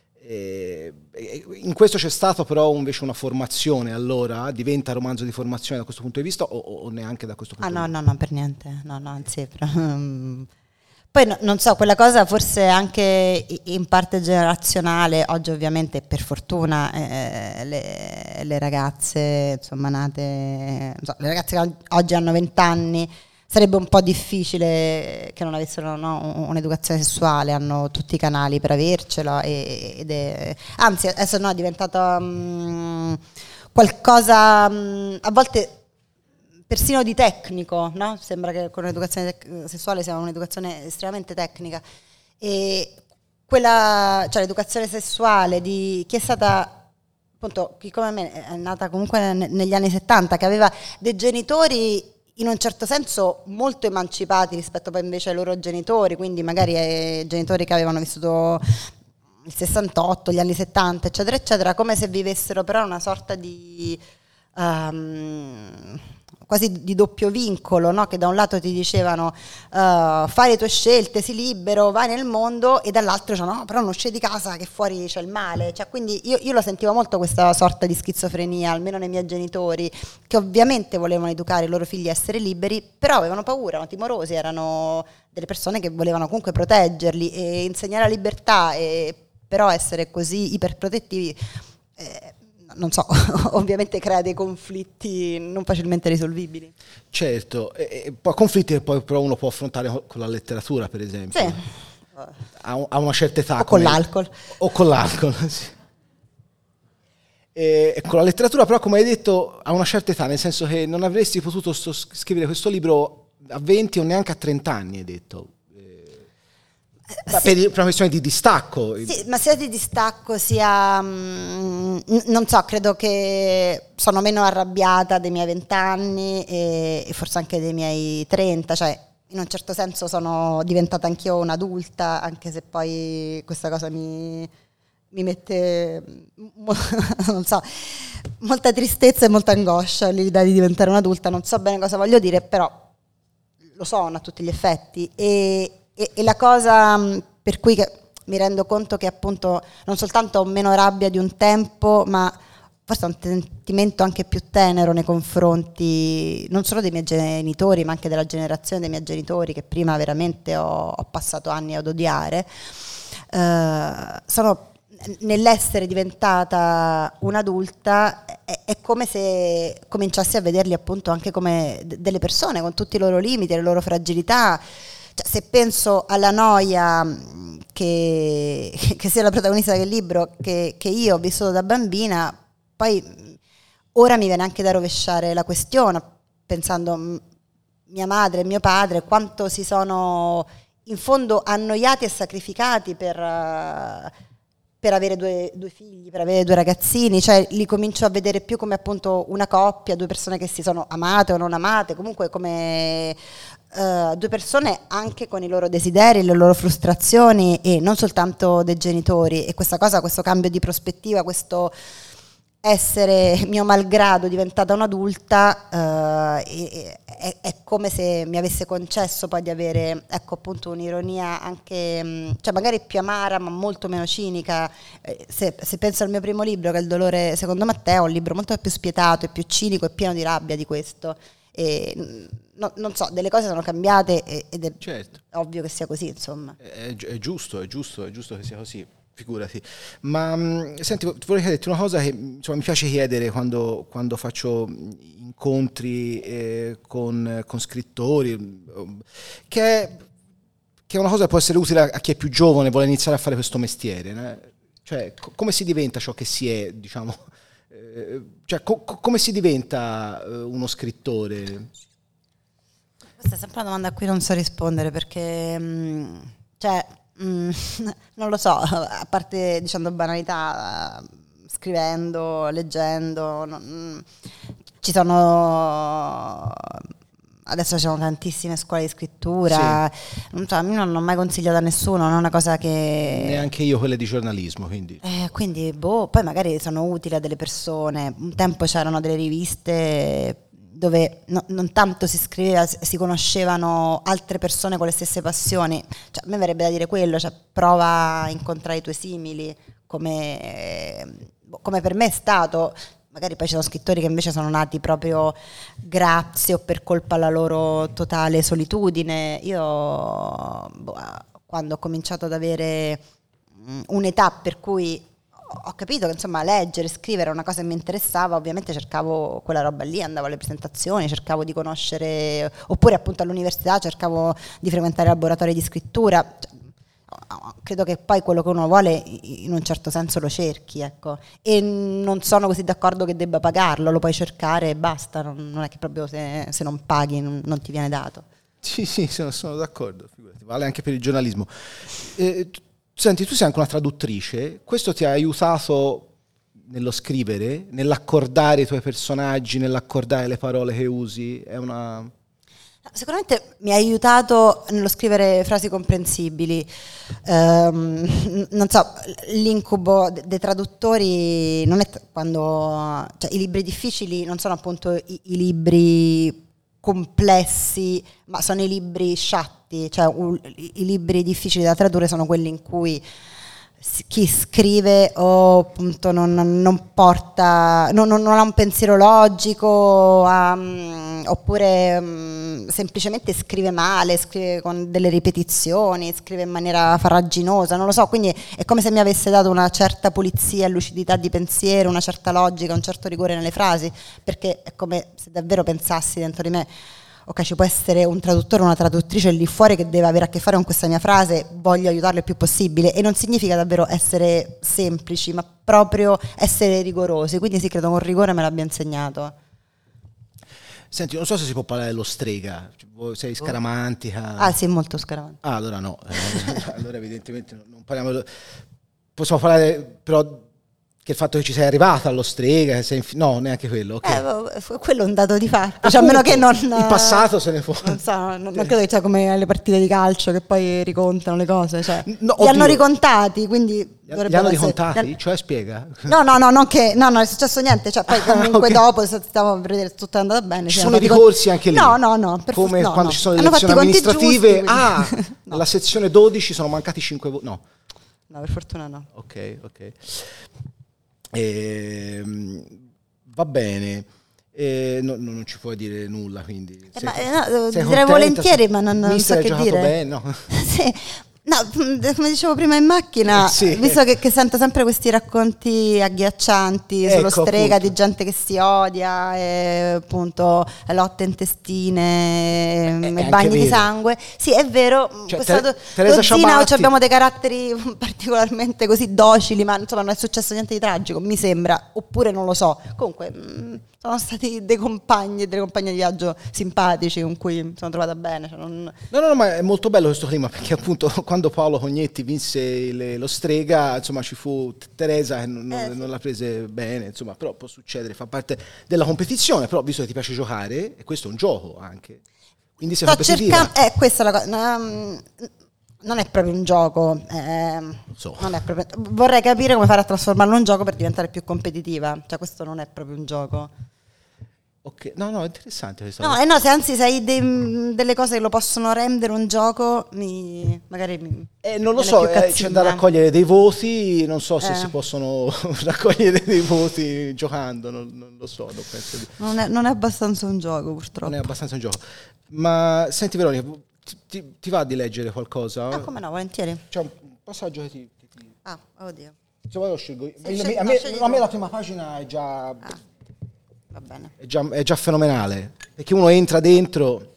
Speaker 1: In questo c'è stato però invece una formazione, allora diventa romanzo di formazione da questo punto di vista o neanche da questo punto di vista?
Speaker 2: No, per niente, no, anzi, poi non so, quella cosa forse anche in parte generazionale, oggi ovviamente per fortuna le ragazze, insomma, nate, non so, le ragazze che oggi hanno 20 anni, sarebbe un po' difficile che non avessero, no, un'educazione sessuale, hanno tutti i canali per avercela anzi adesso no, è diventata qualcosa a volte persino di tecnico, no? Sembra che con l'educazione sessuale sia un'educazione estremamente tecnica, e quella, cioè l'educazione sessuale di chi è stata, appunto, chi come me è nata comunque negli anni 70, che aveva dei genitori in un certo senso molto emancipati rispetto poi invece ai loro genitori, quindi magari ai genitori che avevano vissuto il 68, gli anni 70, eccetera, eccetera, come se vivessero però una sorta di quasi di doppio vincolo, no? Che da un lato ti dicevano fai le tue scelte, sii libero, vai nel mondo, e dall'altro dicevano no, però non uscire di casa che fuori c'è il male, cioè, quindi io lo sentivo molto questa sorta di schizofrenia, almeno nei miei genitori, che ovviamente volevano educare i loro figli a essere liberi, però avevano paura, erano timorosi, erano delle persone che volevano comunque proteggerli e insegnare la libertà, e però essere così iperprotettivi non so, ovviamente crea dei conflitti non facilmente risolvibili.
Speaker 1: Certo, e poi conflitti che poi però uno può affrontare con la letteratura, per esempio.
Speaker 2: Sì.
Speaker 1: A una certa età.
Speaker 2: O con l'alcol.
Speaker 1: O con l'alcol, sì. E con la letteratura però, come hai detto, a una certa età, nel senso che non avresti potuto scrivere questo libro a 20 o neanche a 30 anni, hai detto. Sì. Per una questione di distacco.
Speaker 2: Sì, ma sia di distacco sia non so, credo che sono meno arrabbiata dei miei 20 anni e forse anche dei miei 30, cioè in un certo senso sono diventata anch'io un'adulta, anche se poi questa cosa mi mette non so, molta tristezza e molta angoscia l'idea di diventare un'adulta. Non so bene cosa voglio dire, però lo sono a tutti gli effetti, e la cosa per cui mi rendo conto che appunto non soltanto ho meno rabbia di un tempo, ma forse un sentimento anche più tenero nei confronti non solo dei miei genitori, ma anche della generazione dei miei genitori, che prima veramente ho passato anni ad odiare. Sono nell'essere diventata un'adulta, è come se cominciassi a vederli appunto anche come delle persone con tutti i loro limiti, le loro fragilità. Cioè, se penso alla noia che sia la protagonista del libro, che io ho vissuto da bambina, poi ora mi viene anche da rovesciare la questione, pensando mia madre e mio padre quanto si sono in fondo annoiati e sacrificati per avere due figli, per avere 2 ragazzini, cioè li comincio a vedere più come appunto una coppia, 2 persone che si sono amate o non amate, comunque come 2 persone anche con i loro desideri, le loro frustrazioni, e non soltanto dei genitori. E questa cosa, questo cambio di prospettiva, questo essere mio malgrado diventata un'adulta, è come se mi avesse concesso poi di avere, ecco, appunto un'ironia anche, cioè magari più amara ma molto meno cinica. Se penso al mio primo libro, che è Il dolore secondo Matteo, è un libro molto più spietato e più cinico e pieno di rabbia di questo. E non so, delle cose sono cambiate ed è
Speaker 1: certo.
Speaker 2: ovvio che sia così, insomma.
Speaker 1: È giusto che sia così. Figurati. Ma senti, vorrei chiederti una cosa che insomma, mi piace chiedere quando faccio incontri con scrittori, che è una cosa che può essere utile a chi è più giovane e vuole iniziare a fare questo mestiere, né? Cioè, come si diventa ciò che si è, diciamo, cioè, come si diventa uno scrittore?
Speaker 2: Questa è sempre una domanda a cui non so rispondere perché, cioè, non lo so, a parte dicendo banalità, scrivendo, leggendo, ci sono... Adesso ci sono tantissime scuole di scrittura, sì. Non so, io non ho mai consigliato a nessuno, non è una cosa che...
Speaker 1: Neanche io quelle di giornalismo, quindi...
Speaker 2: Quindi, poi magari sono utili a delle persone. Un tempo c'erano delle riviste dove non tanto si scriveva, si conoscevano altre persone con le stesse passioni. Cioè, a me verrebbe da dire quello, cioè prova a incontrare i tuoi simili, come per me è stato... Magari poi ci sono scrittori che invece sono nati proprio grazie o per colpa della loro totale solitudine. Io quando ho cominciato ad avere un'età per cui ho capito che insomma leggere, scrivere era una cosa che mi interessava, ovviamente cercavo quella roba lì, andavo alle presentazioni, cercavo di conoscere, oppure appunto all'università cercavo di frequentare laboratori di scrittura. Credo che poi quello che uno vuole in un certo senso lo cerchi, ecco, e non sono così d'accordo che debba pagarlo, lo puoi cercare e basta, non è che proprio se non paghi non ti viene dato.
Speaker 1: Sì, sono d'accordo, vale anche per il giornalismo. Senti, tu sei anche una traduttrice, questo ti ha aiutato nello scrivere, nell'accordare i tuoi personaggi, nell'accordare le parole che usi? È una...
Speaker 2: Sicuramente mi ha aiutato nello scrivere frasi comprensibili. Non so, l'incubo dei traduttori non è quando, cioè, i libri difficili non sono appunto i libri complessi, ma sono i libri sciatti, cioè i libri difficili da tradurre sono quelli in cui chi scrive o appunto non porta, non ha un pensiero logico, oppure semplicemente scrive male, scrive con delle ripetizioni, scrive in maniera farraginosa, non lo so, quindi è come se mi avesse dato una certa pulizia e lucidità di pensiero, una certa logica, un certo rigore nelle frasi, perché è come se davvero pensassi dentro di me: ok, ci può essere un traduttore o una traduttrice lì fuori che deve avere a che fare con questa mia frase, voglio aiutarlo il più possibile, e non significa davvero essere semplici, ma proprio essere rigorosi, quindi sì, credo che un rigore me l'abbia insegnato.
Speaker 1: Senti, non so se si può parlare dello strega, sei scaramantica?
Speaker 2: Ah sì, molto scaramantica.
Speaker 1: Ah, allora no, allora evidentemente non parliamo, possiamo parlare però che il fatto che ci sei arrivata allo strega, no, neanche quello. Okay.
Speaker 2: Quello è un dato di fatto, cioè, a meno che non...
Speaker 1: Il passato se ne può...
Speaker 2: Non so, non credo che sia come alle partite di calcio che poi ricontano le cose, cioè,
Speaker 1: no,
Speaker 2: li hanno ricontati, quindi...
Speaker 1: Li hanno ricontati? Cioè, spiega?
Speaker 2: No, non è successo niente, cioè poi comunque dopo stiamo per vedere se tutto è andato bene.
Speaker 1: Ci sono ricorsi anche lì?
Speaker 2: No.
Speaker 1: Come quando ci sono le
Speaker 2: hanno
Speaker 1: elezioni amministrative?
Speaker 2: Giusti,
Speaker 1: no. La sezione 12 sono mancati 5 voti, no.
Speaker 2: No, per fortuna no.
Speaker 1: Ok. Va bene, non ci puoi dire nulla, quindi
Speaker 2: direi volentieri, ma non so che dire.
Speaker 1: Bene, no.
Speaker 2: Sì. No, come dicevo prima in macchina, sì, visto che sento sempre questi racconti agghiaccianti sullo strega, appunto, di gente che si odia, e appunto lotte intestine e bagni di sangue. Sì, è vero,
Speaker 1: cioè,
Speaker 2: Teresa Ciabatti, abbiamo dei caratteri particolarmente così docili, ma insomma non è successo niente di tragico, mi sembra, oppure non lo so. Comunque sono stati dei compagni e delle compagne di viaggio simpatici con cui mi sono trovata bene. Cioè
Speaker 1: No, ma è molto bello questo clima, perché appunto quando Paolo Cognetti vinse lo strega, insomma ci fu Teresa che non l'ha prese bene, insomma, però può succedere, fa parte della competizione, però visto che ti piace giocare, e questo è un gioco anche, quindi sei competitiva.
Speaker 2: Questa è la cosa. Non è proprio un gioco, non è proprio, vorrei capire come fare a trasformarlo in un gioco per diventare più competitiva, cioè questo non è proprio un gioco.
Speaker 1: Ok, no, è interessante questo.
Speaker 2: No, se anzi sai delle cose che lo possono rendere un gioco, magari
Speaker 1: non lo so, c'è da raccogliere dei voti, non so se si possono raccogliere dei voti giocando, non lo so, non penso di...
Speaker 2: Non è abbastanza un gioco, purtroppo.
Speaker 1: Non è abbastanza un gioco. Ma senti Veronica, ti va di leggere qualcosa?
Speaker 2: No, come no, volentieri.
Speaker 1: C'è un passaggio che ti
Speaker 2: Ah, oddio.
Speaker 1: Se vuoi lo scelgo io.
Speaker 2: Sì,
Speaker 1: A me la prima pagina è già...
Speaker 2: Va bene.
Speaker 1: È già fenomenale, perché uno entra dentro...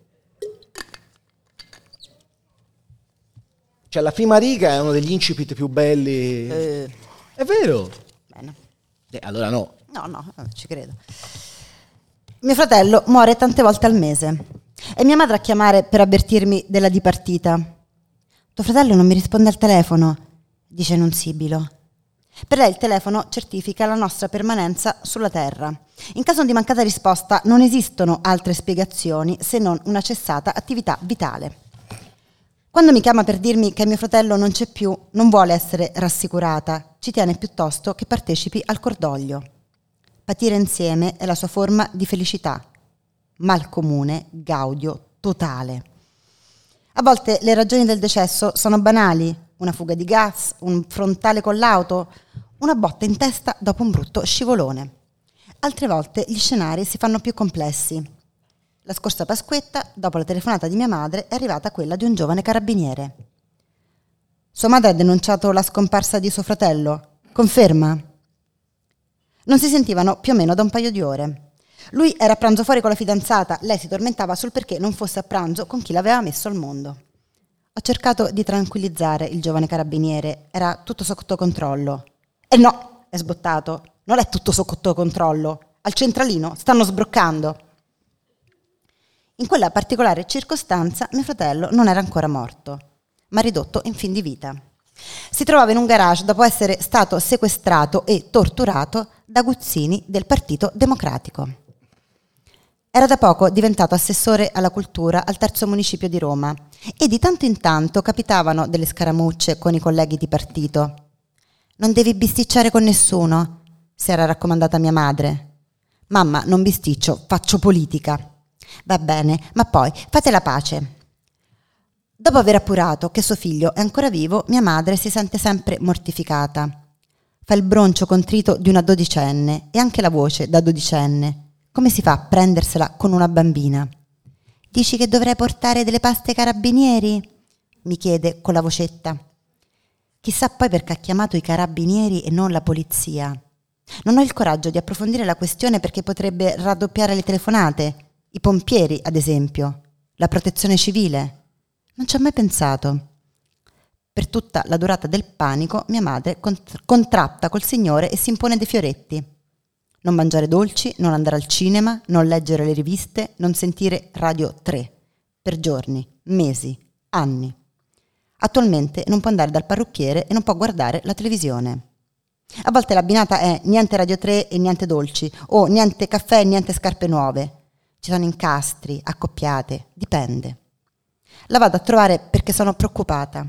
Speaker 1: Cioè la prima riga è uno degli incipit più belli. È vero.
Speaker 2: Bene.
Speaker 1: Allora no.
Speaker 2: No, ci credo. Mio fratello muore tante volte al mese. È mia madre a chiamare per avvertirmi della dipartita. Tuo fratello non mi risponde al telefono, dice in un sibilo. Per lei il telefono certifica la nostra permanenza sulla Terra. In caso di mancata risposta non esistono altre spiegazioni se non una cessata attività vitale. Quando mi chiama per dirmi che mio fratello non c'è più, non vuole essere rassicurata, ci tiene piuttosto che partecipi al cordoglio. Patire insieme è la sua forma di felicità. Mal comune, gaudio totale. A volte le ragioni del decesso sono banali, una fuga di gas, un frontale con l'auto, una botta in testa dopo un brutto scivolone. Altre volte gli scenari si fanno più complessi. La scorsa Pasquetta, dopo la telefonata di mia madre, è arrivata quella di un giovane carabiniere. Sua madre ha denunciato la scomparsa di suo fratello. Conferma? Non si sentivano più o meno da un paio di ore. Lui era a pranzo fuori con la fidanzata, lei si tormentava sul perché non fosse a pranzo con chi l'aveva messo al mondo. Ho cercato di tranquillizzare il giovane carabiniere, era tutto sotto controllo. No, è sbottato, non è tutto sotto controllo, al centralino stanno sbroccando. In quella particolare circostanza mio fratello non era ancora morto, ma ridotto in fin di vita. Si trovava in un garage dopo essere stato sequestrato e torturato da aguzzini del Partito Democratico. Era da poco diventato assessore alla cultura al terzo municipio di Roma e di tanto in tanto capitavano delle scaramucce con i colleghi di partito. Non devi bisticciare con nessuno, si era raccomandata mia madre. Mamma, non bisticcio, faccio politica. Va bene, ma poi fate la pace. Dopo aver appurato che suo figlio è ancora vivo, mia madre si sente sempre mortificata. Fa il broncio contrito di una dodicenne e anche la voce da dodicenne. Come si fa a prendersela con una bambina? Dici che dovrei portare delle paste ai carabinieri? Mi chiede con la vocetta. Chissà poi perché ha chiamato i carabinieri e non la polizia. Non ho il coraggio di approfondire la questione perché potrebbe raddoppiare le telefonate. I pompieri, ad esempio, la protezione civile. Non ci ho mai pensato. Per tutta la durata del panico, mia madre contratta col signore e si impone dei fioretti. Non mangiare dolci, non andare al cinema, non leggere le riviste, non sentire Radio 3. Per giorni, mesi, anni. Attualmente non può andare dal parrucchiere e non può guardare la televisione. A volte l'abbinata è niente Radio 3 e niente dolci, o niente caffè e niente scarpe nuove. Ci sono incastri, accoppiate, dipende. La vado a trovare perché sono preoccupata.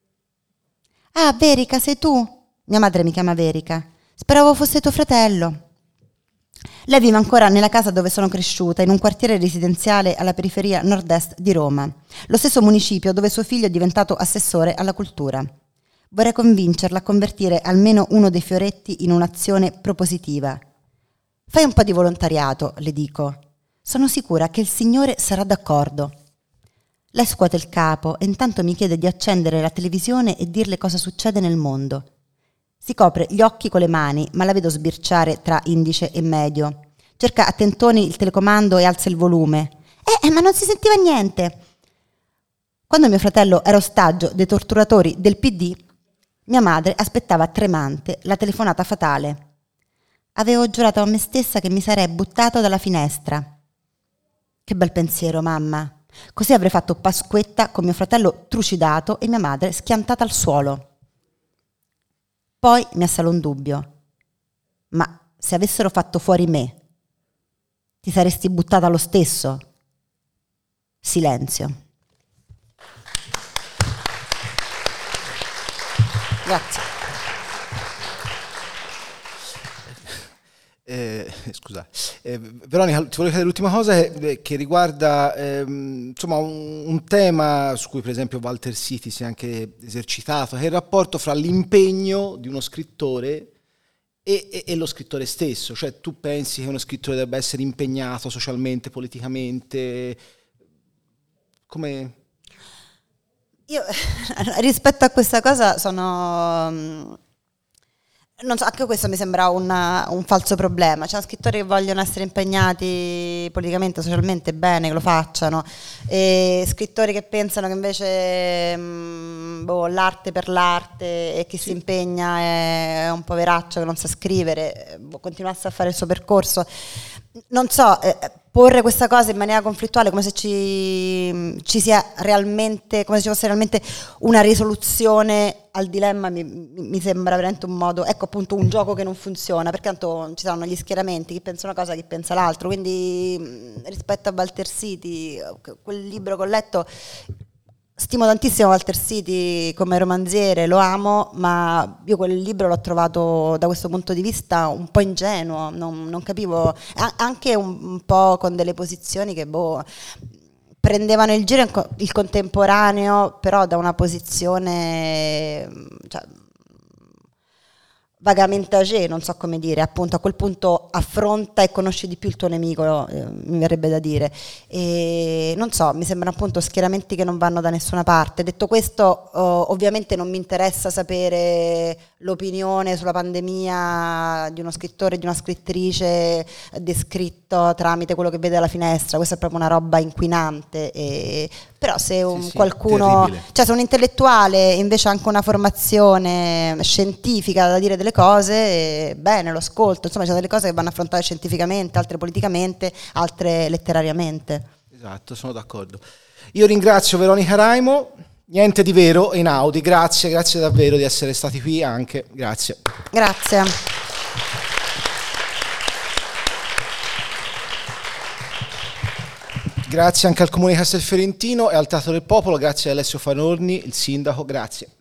Speaker 2: Ah, Verica, sei tu? Mia madre mi chiama Verica. Speravo fosse tuo fratello. Lei vive ancora nella casa dove sono cresciuta, in un quartiere residenziale alla periferia nord-est di Roma, lo stesso municipio dove suo figlio è diventato assessore alla cultura. Vorrei convincerla a convertire almeno uno dei fioretti in un'azione propositiva. Fai un po' di volontariato, le dico. Sono sicura che il Signore sarà d'accordo. Lei scuote il capo e intanto mi chiede di accendere la televisione e dirle cosa succede nel mondo. Si copre gli occhi con le mani, ma la vedo sbirciare tra indice e medio. Cerca a tentoni il telecomando e alza il volume. Ma non si sentiva niente. Quando mio fratello era ostaggio dei torturatori del PD, mia madre aspettava tremante la telefonata fatale. Avevo giurato a me stessa che mi sarei buttato dalla finestra. Che bel pensiero, mamma. Così avrei fatto Pasquetta con mio fratello trucidato e mia madre schiantata al suolo. Poi mi assalò un dubbio. Ma se avessero fatto fuori me, ti saresti buttata lo stesso? Silenzio. Grazie.
Speaker 1: Scusa, Veronica, ti volevo chiedere l'ultima cosa che riguarda insomma un tema su cui per esempio Walter Siti si è anche esercitato, che è il rapporto fra l'impegno di uno scrittore e lo scrittore stesso. Cioè tu pensi che uno scrittore debba essere impegnato socialmente, politicamente? Come...
Speaker 2: Io rispetto a questa cosa sono Non so, anche questo mi sembra un falso problema. C'è scrittori che vogliono essere impegnati politicamente, socialmente, bene, che lo facciano, e scrittori che pensano che invece l'arte per l'arte e chi si impegna è un poveraccio che non sa scrivere, continuasse a fare il suo percorso. Non so, porre questa cosa in maniera conflittuale, come se ci sia realmente, come se ci fosse realmente una risoluzione al dilemma, mi sembra veramente un modo, ecco appunto un gioco che non funziona, perché tanto ci saranno gli schieramenti, chi pensa una cosa, chi pensa l'altro. Quindi rispetto a Walter City, quel libro che ho letto, stimo tantissimo Walter City come romanziere, lo amo, ma io quel libro l'ho trovato da questo punto di vista un po' ingenuo, non capivo, anche un po' con delle posizioni che prendevano il giro il contemporaneo, però da una posizione, cioè, vagamente âgé, non so come dire, appunto a quel punto affronta e conosci di più il tuo nemico, mi verrebbe da dire, e non so, mi sembrano appunto schieramenti che non vanno da nessuna parte. Detto questo, ovviamente non mi interessa sapere l'opinione sulla pandemia di uno scrittore, di una scrittrice descritto tramite quello che vede dalla finestra, questa è proprio una roba inquinante, però se qualcuno, terribile. Cioè se un intellettuale invece ha anche una formazione scientifica da dire delle cose, bene, lo ascolto, insomma c'è delle cose che vanno affrontate scientificamente, altre politicamente, altre letterariamente.
Speaker 1: Esatto, sono d'accordo. Io ringrazio Veronica Raimo, niente di vero in Audi, grazie davvero di essere stati qui anche, grazie.
Speaker 2: Grazie.
Speaker 1: Grazie anche al Comune di Castelfiorentino e al Teatro del Popolo, grazie a Alessio Fanorni, il sindaco, grazie.